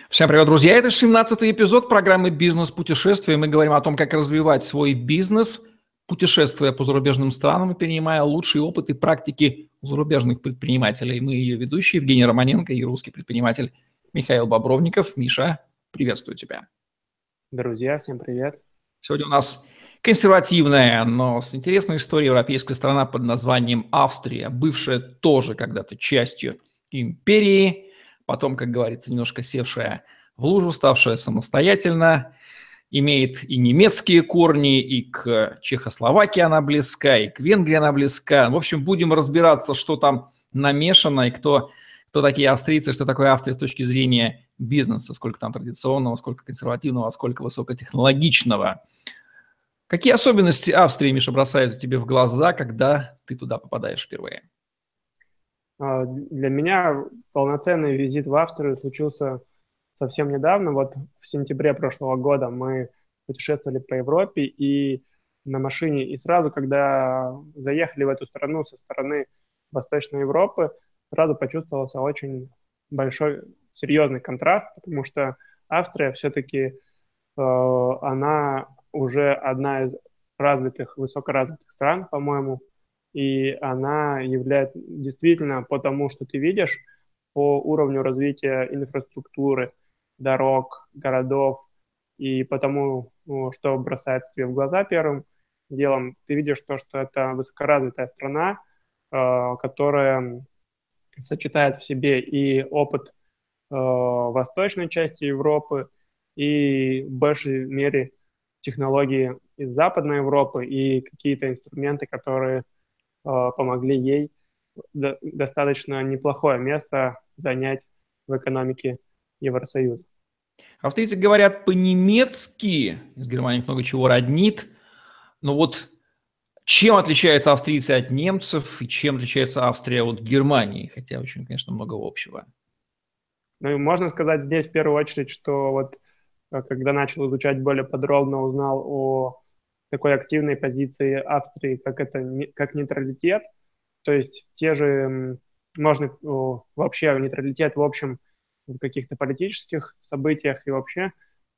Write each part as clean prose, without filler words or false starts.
Всем привет, друзья! Это 17-й эпизод программы «Бизнес-путешествия». Мы говорим о том, как развивать свой бизнес, путешествуя по зарубежным странам и перенимая лучшие опыты и практики зарубежных предпринимателей. Мы ее ведущие Евгений Романенко и русский предприниматель Михаил Бобровников. Миша, приветствую тебя. Друзья, всем привет. Сегодня у нас консервативная, но с интересной историей европейская страна под названием Австрия, бывшая тоже когда-то частью империи, потом, как говорится, немножко севшая в лужу, ставшая самостоятельно, имеет и немецкие корни, и к Чехословакии она близка, и к Венгрии она близка. В общем, будем разбираться, что там намешано, и кто такие австрийцы, что такое Австрия с точки зрения бизнеса, сколько там традиционного, сколько консервативного, сколько высокотехнологичного. Какие особенности Австрии, Миша, бросаются тебе в глаза, когда ты туда попадаешь впервые? Для меня полноценный визит в Австрию случился совсем недавно. Вот в сентябре прошлого года мы путешествовали по Европе и на машине. И сразу, когда заехали в эту страну со стороны Восточной Европы, сразу почувствовался очень большой, серьезный контраст, потому что Австрия все-таки, она уже одна из высокоразвитых стран, по-моему, и она является действительно по тому, что ты видишь, по уровню развития инфраструктуры, дорог, городов, и потому, ну, что бросается тебе в глаза первым делом, ты видишь то, что это высокоразвитая страна, которая сочетает в себе и опыт восточной части Европы, и в большей мере технологии из Западной Европы и какие-то инструменты, которые помогли ей достаточно неплохое место занять в экономике Евросоюза. Австрийцы говорят по-немецки, из Германии много чего роднит, но вот чем отличаются австрийцы от немцев и чем отличается Австрия от Германии, хотя очень, конечно, много общего. Ну и можно сказать здесь в первую очередь, что вот когда начал изучать более подробно, узнал о такой активной позиции Австрии, как это как нейтралитет, то есть те же можно вообще нейтралитет в общем в каких-то политических событиях и вообще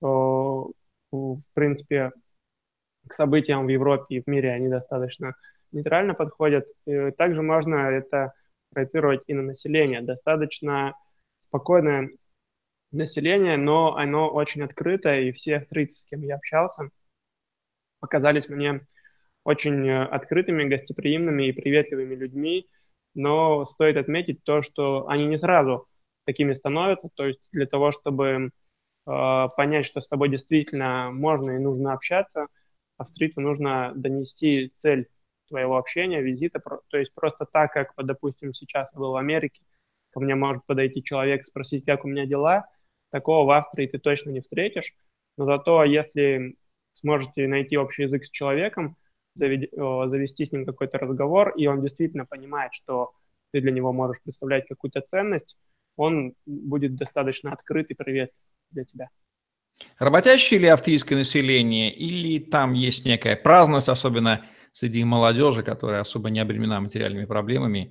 в принципе к событиям в Европе и в мире они достаточно нейтрально подходят. И также можно это проецировать и на население. Достаточно спокойное население, но оно очень открытое, и все австрийцы, с кем я общался, показались мне очень открытыми, гостеприимными и приветливыми людьми, но стоит отметить то, что они не сразу такими становятся, то есть для того, чтобы понять, что с тобой действительно можно и нужно общаться, австрийцу нужно донести цель твоего общения, визита, то есть просто так, как, вот, допустим, сейчас я был в Америке, ко мне может подойти человек, спросить, как у меня дела, такого в Австрии ты точно не встретишь, но зато если сможете найти общий язык с человеком, завести с ним какой-то разговор, и он действительно понимает, что ты для него можешь представлять какую-то ценность, он будет достаточно открыт и приветлив для тебя. Работящее ли австрийское население, или там есть некая праздность, особенно среди молодежи, которая особо не обременена материальными проблемами?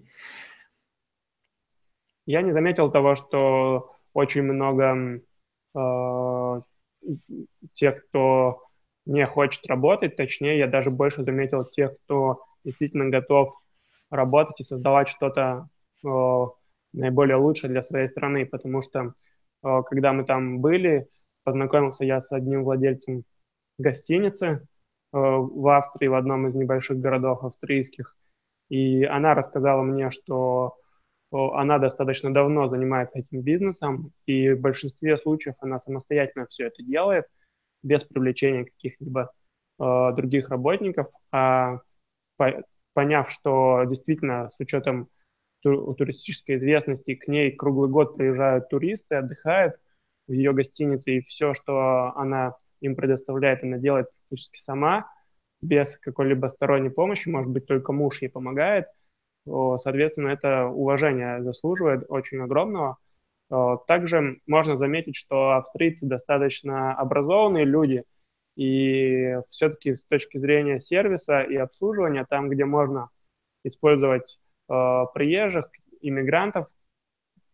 Я не заметил того, что очень много э, тех, кто не хочет работать, точнее, я даже больше заметил тех, кто действительно готов работать и создавать что-то наиболее лучшее для своей страны, потому что когда мы там были, познакомился я с одним владельцем гостиницы в Австрии, в одном из небольших городов австрийских, и она рассказала мне, что она достаточно давно занимается этим бизнесом, и в большинстве случаев она самостоятельно все это делает, без привлечения каких-либо других работников, а по- поняв, что действительно с учетом туристической известности к ней круглый год приезжают туристы, отдыхают в ее гостинице, и все, что она им предоставляет, она делает практически сама, без какой-либо сторонней помощи, может быть, только муж ей помогает, соответственно, это уважение заслуживает очень огромного. Также можно заметить, что австрийцы достаточно образованные люди, и все-таки с точки зрения сервиса и обслуживания, там, где можно использовать приезжих, иммигрантов,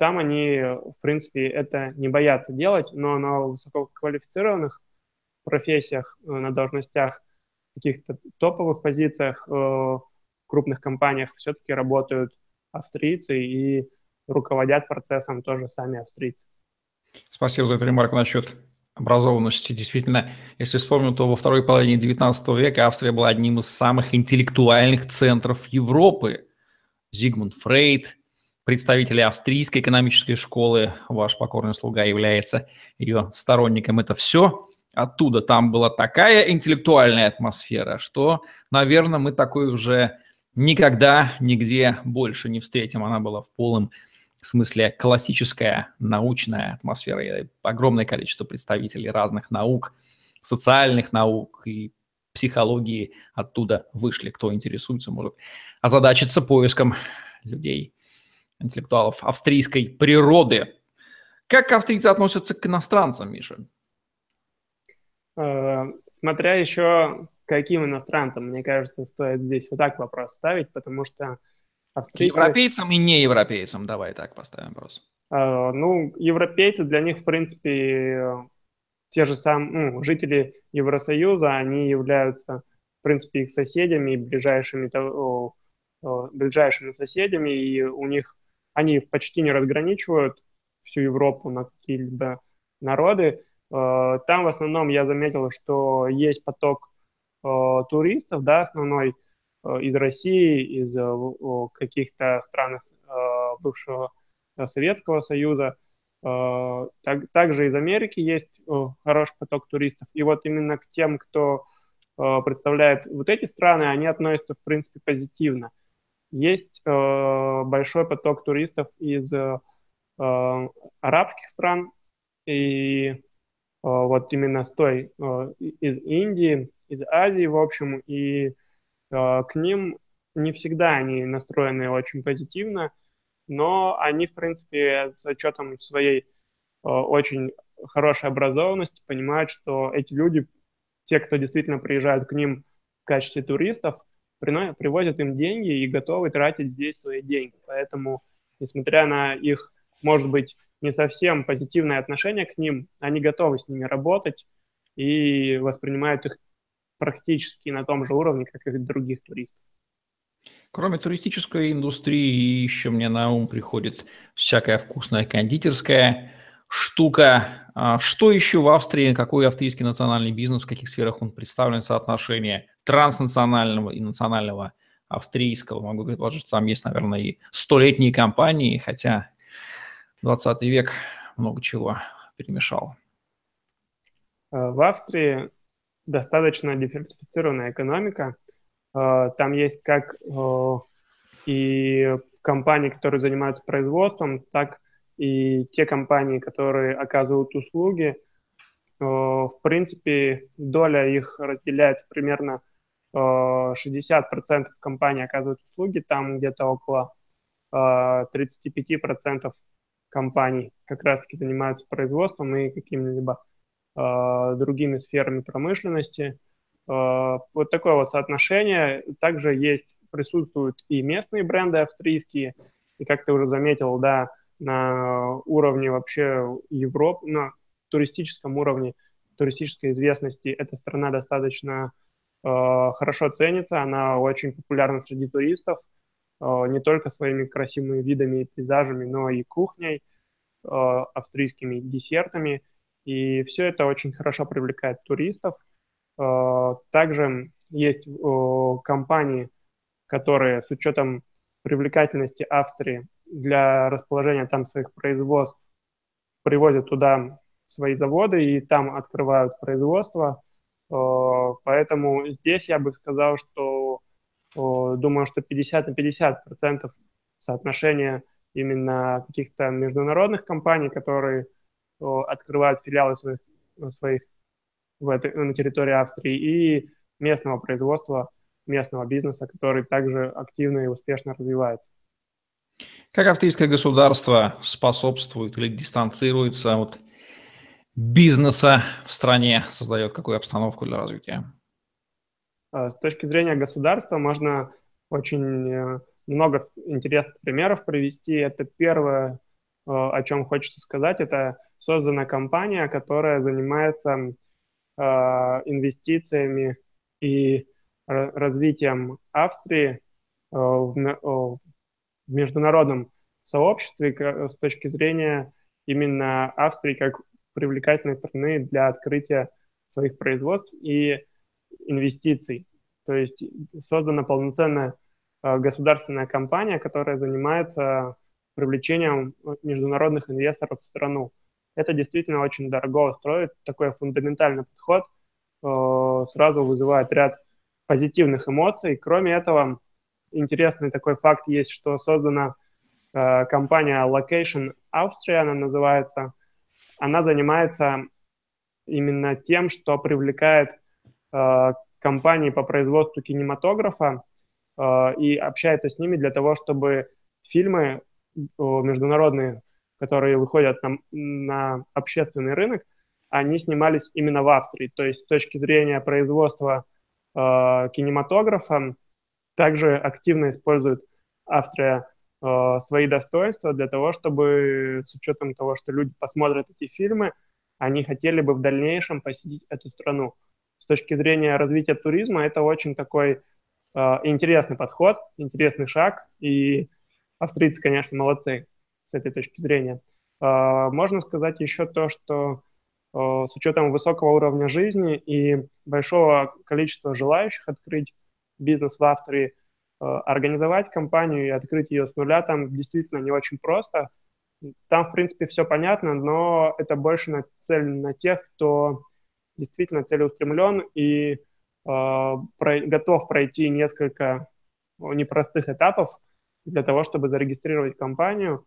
там они, в принципе, это не боятся делать, но на высококвалифицированных профессиях, на должностях, каких-то топовых позициях в крупных компаниях все-таки работают австрийцы и руководят процессом тоже сами австрийцы. Спасибо за эту ремарку насчет образованности. Действительно, если вспомнить, то во второй половине XIX века Австрия была одним из самых интеллектуальных центров Европы. Зигмунд Фрейд, представители австрийской экономической школы, ваш покорный слуга является ее сторонником. Это все оттуда. Там была такая интеллектуальная атмосфера, что, наверное, мы такой уже никогда нигде больше не встретим. Она была в полном смысле классическая научная атмосфера. И огромное количество представителей разных наук, социальных наук и психологии оттуда вышли. Кто интересуется, может озадачиться поиском людей, интеллектуалов австрийской природы. Как австрийцы относятся к иностранцам, Миша? Смотря еще каким иностранцам, мне кажется, стоит здесь вот так вопрос ставить, потому что австрийцы... Европейцам и неевропейцам, давай так поставим вопрос. Ну, европейцы, для них, в принципе, те же самые жители Евросоюза, они являются, в принципе, их соседями, ближайшими соседями, и у них они почти не разграничивают всю Европу на какие-либо народы. Там в основном я заметил, что есть поток туристов, да, основной из России, из каких-то стран бывшего Советского Союза. Также из Америки есть хороший поток туристов. И вот именно к тем, кто представляет вот эти страны, они относятся, в принципе, позитивно. Есть большой поток туристов из арабских стран и вот именно из Индии, из Азии, в общем, и к ним не всегда они настроены очень позитивно, но они, в принципе, с учетом своей очень хорошей образованности понимают, что эти люди, те, кто действительно приезжают к ним в качестве туристов, привозят им деньги и готовы тратить здесь свои деньги. Поэтому, несмотря на их, может быть, не совсем позитивное отношение к ним, они готовы с ними работать и воспринимают их практически на том же уровне, как и других туристов. Кроме туристической индустрии, еще мне на ум приходит всякая вкусная кондитерская штука. Что еще в Австрии, какой австрийский национальный бизнес, в каких сферах он представлен, соотношение транснационального и национального австрийского? Могу предположить, что там есть, наверное, и столетние компании, хотя 20 век много чего перемешал. В Австрии достаточно диверсифицированная экономика. Там есть как и компании, которые занимаются производством, так и те компании, которые оказывают услуги. В принципе, доля их разделяется примерно 60% компаний оказывают услуги, там где-то около 35% компаний как раз-таки занимаются производством и какими-либо другими сферами промышленности. Вот такое вот соотношение. Также присутствуют и местные бренды австрийские, и как ты уже заметил, да, на уровне вообще Европы, на туристическом уровне, туристической известности эта страна достаточно хорошо ценится, она очень популярна среди туристов, не только своими красивыми видами и пейзажами, но и кухней, австрийскими десертами, и все это очень хорошо привлекает туристов. Также есть компании, которые с учетом привлекательности Австрии для расположения там своих производств привозят туда свои заводы и там открывают производство. Поэтому здесь я бы сказал, что думаю, что 50 на 50% соотношение именно каких-то международных компаний, которые открывают филиалы своих на территории Австрии, и местного производства, местного бизнеса, который также активно и успешно развивается. Как австрийское государство способствует или дистанцируется от бизнеса в стране, создает какую обстановку для развития? С точки зрения государства можно очень много интересных примеров привести. Это первое, о чем хочется сказать. Это создана компания, которая занимается инвестициями и развитием Австрии в международном сообществе с точки зрения именно Австрии как привлекательной страны для открытия своих производств и инвестиций. То есть создана полноценная государственная компания, которая занимается привлечением международных инвесторов в страну. Это действительно очень дорого стоит, такой фундаментальный подход сразу вызывает ряд позитивных эмоций. Кроме этого, интересный такой факт есть, что создана компания Location Austria, она называется. Она занимается именно тем, что привлекает компании по производству кинематографа и общается с ними для того, чтобы фильмы международные, которые выходят на общественный рынок, они снимались именно в Австрии. То есть с точки зрения производства кинематографа также активно использует Австрия свои достоинства для того, чтобы с учетом того, что люди посмотрят эти фильмы, они хотели бы в дальнейшем посетить эту страну. С точки зрения развития туризма это очень такой интересный подход, интересный шаг, и австрийцы, конечно, молодцы с этой точки зрения. Можно сказать еще то, что с учетом высокого уровня жизни и большого количества желающих открыть бизнес в Австрии, организовать компанию и открыть ее с нуля там действительно не очень просто. Там, в принципе, все понятно, но это больше нацелено на тех, кто действительно целеустремлен и готов пройти несколько непростых этапов для того, чтобы зарегистрировать компанию,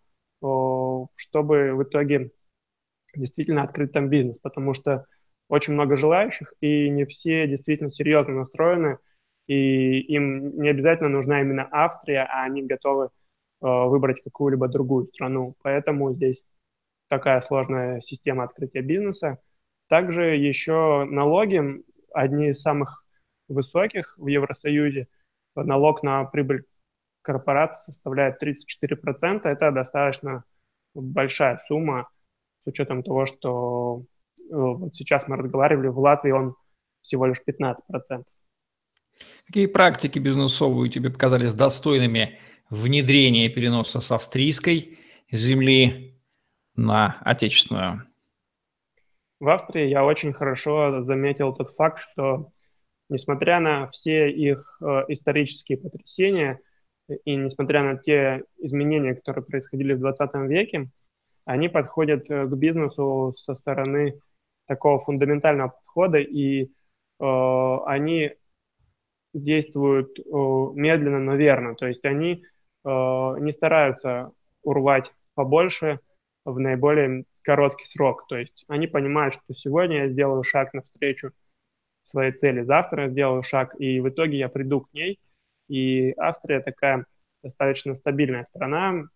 чтобы в итоге действительно открыть там бизнес, потому что очень много желающих, и не все действительно серьезно настроены, и им не обязательно нужна именно Австрия, а они готовы выбрать какую-либо другую страну. Поэтому здесь такая сложная система открытия бизнеса. Также еще налоги, одни из самых высоких в Евросоюзе. Налог на прибыль корпорации составляет 34%. Это достаточно большая сумма с учетом того, что вот сейчас мы разговаривали, в Латвии он всего лишь 15%. Какие практики бизнесовые тебе показались достойными внедрения и переноса с австрийской земли на отечественную? В Австрии я очень хорошо заметил тот факт, что несмотря на все их исторические потрясения и несмотря на те изменения, которые происходили в 20 веке, они подходят к бизнесу со стороны такого фундаментального подхода, и они действуют медленно, но верно. То есть они не стараются урвать побольше в наиболее короткий срок. То есть они понимают, что сегодня я сделаю шаг навстречу своей цели, завтра я сделаю шаг, и в итоге я приду к ней. И Австрия такая достаточно стабильная страна,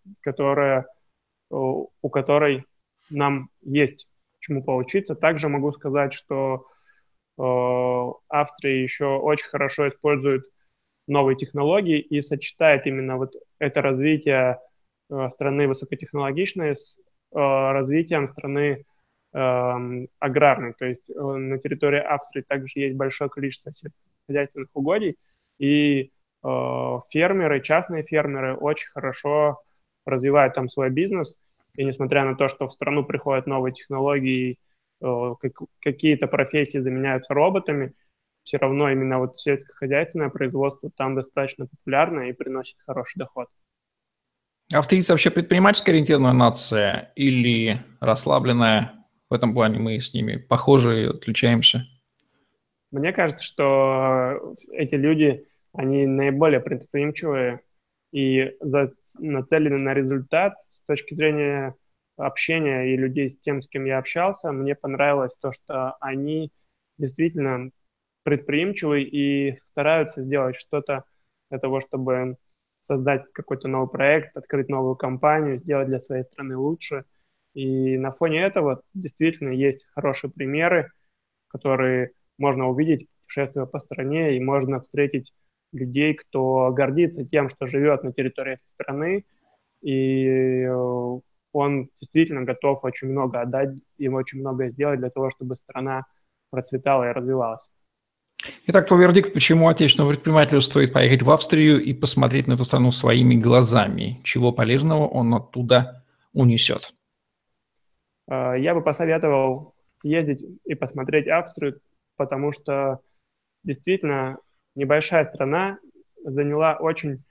у которой нам есть чему поучиться. Также могу сказать, что Австрия еще очень хорошо использует новые технологии и сочетает именно вот это развитие страны высокотехнологичной с развитием страны аграрной. То есть на территории Австрии также есть большое количество сельскохозяйственных угодий, и фермеры, частные фермеры очень хорошо развивают там свой бизнес, и несмотря на то, что в страну приходят новые технологии, какие-то профессии заменяются роботами, все равно именно вот сельскохозяйственное производство там достаточно популярно и приносит хороший доход. Австрийцы вообще предпринимательски ориентированная нация или расслабленная? В этом плане мы с ними похожи и отличаемся. Мне кажется, что эти люди, они наиболее предприимчивые и нацелены на результат с точки зрения общения и людей с тем, с кем я общался. Мне понравилось то, что они действительно предприимчивы и стараются сделать что-то для того, чтобы создать какой-то новый проект, открыть новую компанию, сделать для своей страны лучше. И на фоне этого действительно есть хорошие примеры, которые можно увидеть, путешествуя по стране, и можно встретить людей, кто гордится тем, что живет на территории этой страны, и он действительно готов очень много отдать, им очень много сделать для того, чтобы страна процветала и развивалась. Итак, твой вердикт, почему отечественному предпринимателю стоит поехать в Австрию и посмотреть на эту страну своими глазами? Чего полезного он оттуда унесет? Я бы посоветовал съездить и посмотреть Австрию, потому что действительно небольшая страна заняла очень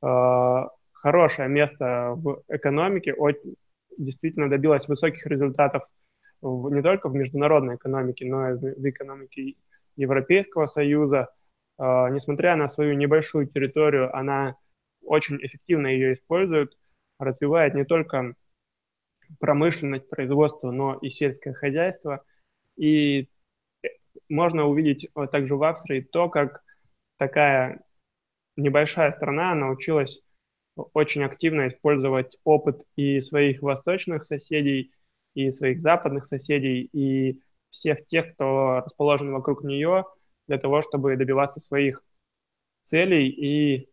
хорошее место в экономике, действительно добилась высоких результатов не только в международной экономике, но и в экономике Европейского Союза. Несмотря на свою небольшую территорию, она очень эффективно ее использует, развивает не только промышленность, производство, но и сельское хозяйство. И можно увидеть также в Австрии то, как такая небольшая страна научилась очень активно использовать опыт и своих восточных соседей, и своих западных соседей, и всех тех, кто расположен вокруг нее, для того, чтобы добиваться своих целей и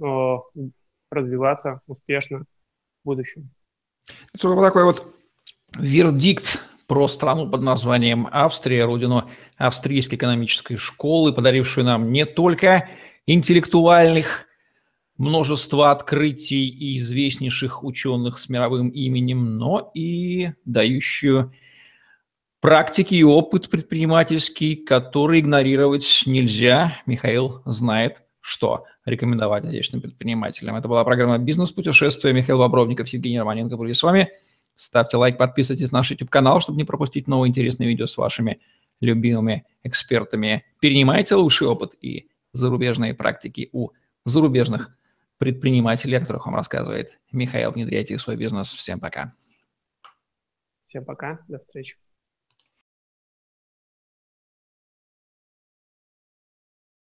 развиваться успешно в будущем. Это вот такой вот вердикт про страну под названием Австрия, родину австрийской экономической школы, подарившую нам не только интеллектуальных множество открытий и известнейших ученых с мировым именем, но и дающую практики и опыт предпринимательский, который игнорировать нельзя. Михаил знает, что рекомендовать отечественным предпринимателям. Это была программа «Бизнес-путешествие». Михаил Бобровников, Евгений Романенко были с вами. Ставьте лайк, подписывайтесь на наш YouTube-канал, чтобы не пропустить новые интересные видео с вашими любимыми экспертами. Перенимайте лучший опыт и зарубежные практики у зарубежных предпринимателей, о которых вам рассказывает Михаил. Внедряйте в свой бизнес. Всем пока. Всем пока, до встречи.